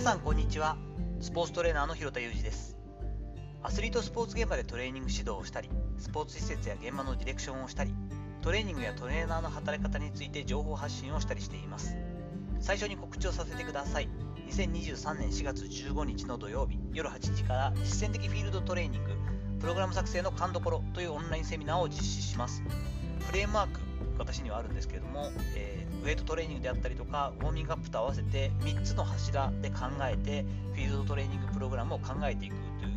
さんこんにちは。スポーツトレーナーの広田裕二です。アスリートスポーツ現場でトレーニング指導をしたり、スポーツ施設や現場のディレクションをしたり、トレーニングやトレーナーの働き方について情報発信をしたりしています。最初に告知をさせてください。2023年4月15日の土曜日夜8時から実践的フィールドトレーニングプログラム作成の勘どころというオンラインセミナーを実施します。フレームワーク私にはあるんですけれども、ウェイトトレーニングであったりとかウォーミングアップと合わせて3つの柱で考えてフィールドトレーニングプログラムを考えていくという、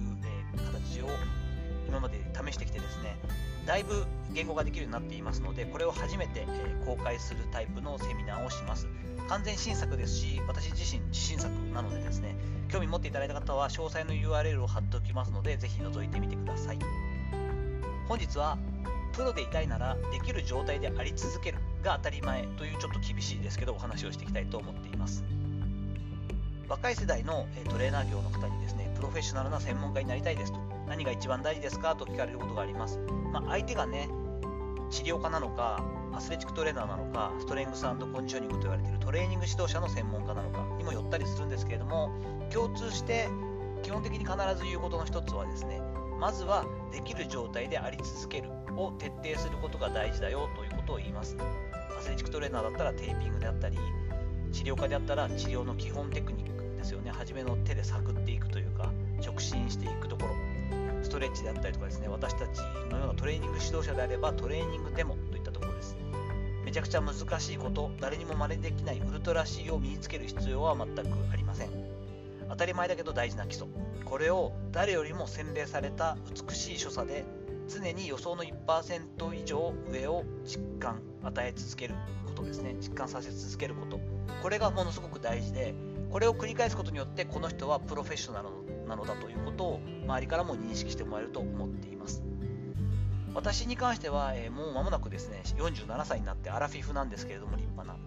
形を今まで試してきてですね、だいぶ言語ができるようになっていますので、これを初めて、公開するタイプのセミナーをします。完全新作ですし、私自身自信作なのでですね、興味持っていただいた方は詳細の URL を貼っておきますので、ぜひ覗いてみてください。本日はプロでいたいならできる状態であり続けるが当たり前というちょっと厳しいですけどお話をしていきたいと思っています。若い世代のトレーナー業の方にですね、プロフェッショナルな専門家になりたいですと、何が一番大事ですかと聞かれることがあります。相手がね、治療家なのかアスレチックトレーナーなのかストレングス&コンディショニングと言われているトレーニング指導者の専門家なのかにもよったりするんですけれども、共通して基本的に必ず言うことの一つはですね、まずはできる状態であり続けるを徹底することが大事だよということを言います。アスレチックトレーナーだったらテーピングであったり、治療家であったら治療の基本テクニックですよね。初めの手で探っていくというか直進していくところ、ストレッチであったりとかですね、私たちのようなトレーニング指導者であればトレーニングデモといったところです。めちゃくちゃ難しいこと、誰にも真似できないウルトラ C を身につける必要は全くありません。当たり前だけど大事な基礎、これを誰よりも洗練された美しい所作で常に予想の 1% 以上上を実感与え続けることですね。実感させ続けること、これがものすごく大事で、これを繰り返すことによってこの人はプロフェッショナルなのだということを周りからも認識してもらえると思っています。私に関しては、もう間もなくですね47歳になってアラフィフなんですけれども、立派な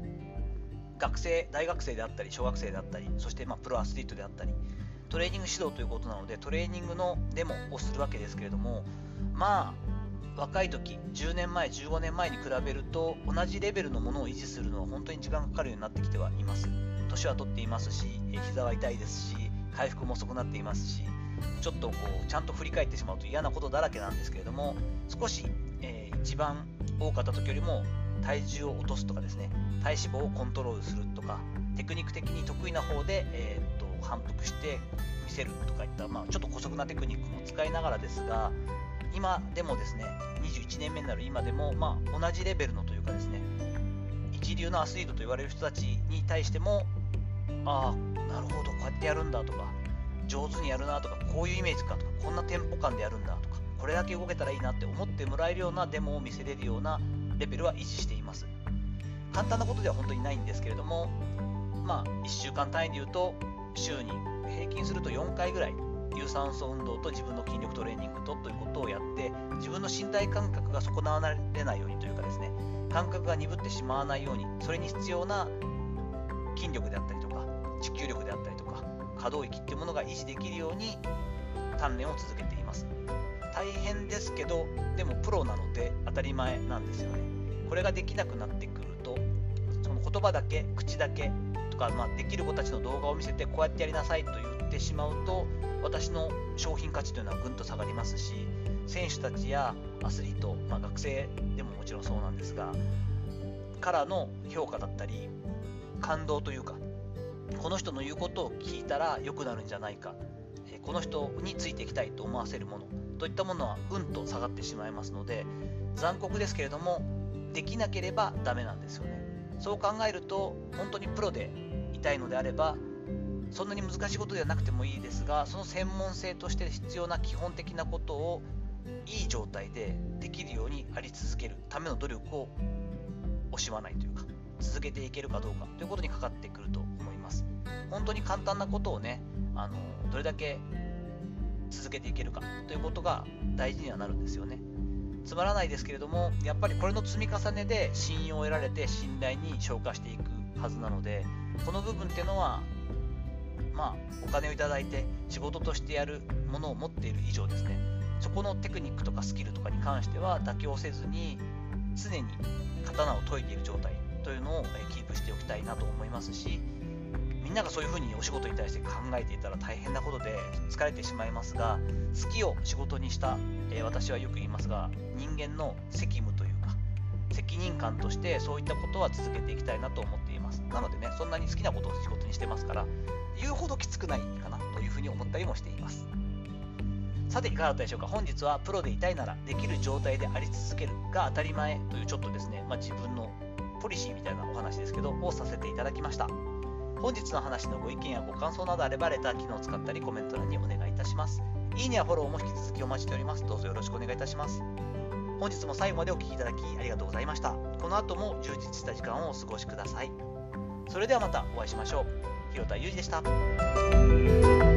大学生であったり小学生であったり、そしてプロアスリートであったり、トレーニング指導ということなのでトレーニングのデモをするわけですけれども、若い時10年前15年前に比べると同じレベルのものを維持するのは本当に時間がかかるようになってきてはいます。年は取っていますし、膝は痛いですし、回復も遅くなっていますし、ちょっとちゃんと振り返ってしまうと嫌なことだらけなんですけれども、少し、一番多かった時よりも体重を落とすとかですね、体脂肪をコントロールするとか、テクニック的に得意な方で、反復して見せるとかいった、ちょっと姑息なテクニックも使いながらですが、今でもですね21年目になる今でも、同じレベルのというかですね、一流のアスリートと言われる人たちに対しても、なるほどこうやってやるんだとか、上手にやるなとか、こういうイメージかとか、こんなテンポ感でやるんだとか、これだけ動けたらいいなって思ってもらえるようなデモを見せれるようなレベルは維持しています。簡単なことでは本当にないんですけれども、1週間単位でいうと週に平均すると4回ぐらい有酸素運動と自分の筋力トレーニングということをやって、自分の身体感覚が損なわれないようにというかですね、感覚が鈍ってしまわないように、それに必要な筋力であったりとか持久力であったりとか可動域っていうものが維持できるように鍛錬を続けています。大変ですけど、でもプロなので当たり前なんですよね。これができなくなってくると、その言葉だけ口だけとか、できる子たちの動画を見せてこうやってやりなさいと言ってしまうと、私の商品価値というのはぐんと下がりますし、選手たちやアスリート、学生でももちろんそうなんですが、からの評価だったり感動というか、この人の言うことを聞いたら良くなるんじゃないか、この人についていきたいと思わせるものといったものはうんと下がってしまいますので、残酷ですけれどもできなければダメなんですよね。そう考えると本当にプロでいたいのであれば、そんなに難しいことではなくてもいいですが、その専門性として必要な基本的なことをいい状態でできるようにあり続けるための努力を惜しまないというか、続けていけるかどうかということにかかってくると思います。本当に簡単なことをね、どれだけ続けていけるかということが大事にはなるんですよね。つまらないですけれども、やっぱりこれの積み重ねで信用を得られて信頼に昇華していくはずなので、この部分っていうのはお金をいただいて仕事としてやるものを持っている以上ですね、そこのテクニックとかスキルとかに関しては妥協せずに常に刀を研いでいる状態というのをキープしておきたいなと思いますし、身みんながそういうふうにお仕事に対して考えていたら大変なことで疲れてしまいますが、好きを仕事にした、私はよく言いますが、人間の責務というか責任感としてそういったことは続けていきたいなと思っています。なのでね、そんなに好きなことを仕事にしてますから、言うほどきつくないかなというふうに思ったりもしています。さていかがだったでしょうか。本日はプロでいたいならできる状態であり続けるが当たり前というちょっとですね、自分のポリシーみたいなお話ですけどをさせていただきました。本日の話のご意見やご感想などあればレター機能を使ったりコメント欄にお願いいたします。いいねやフォローも引き続きお待ちしております。どうぞよろしくお願いいたします。本日も最後までお聞きいただきありがとうございました。この後も充実した時間をお過ごしください。それではまたお会いしましょう。広田裕二でした。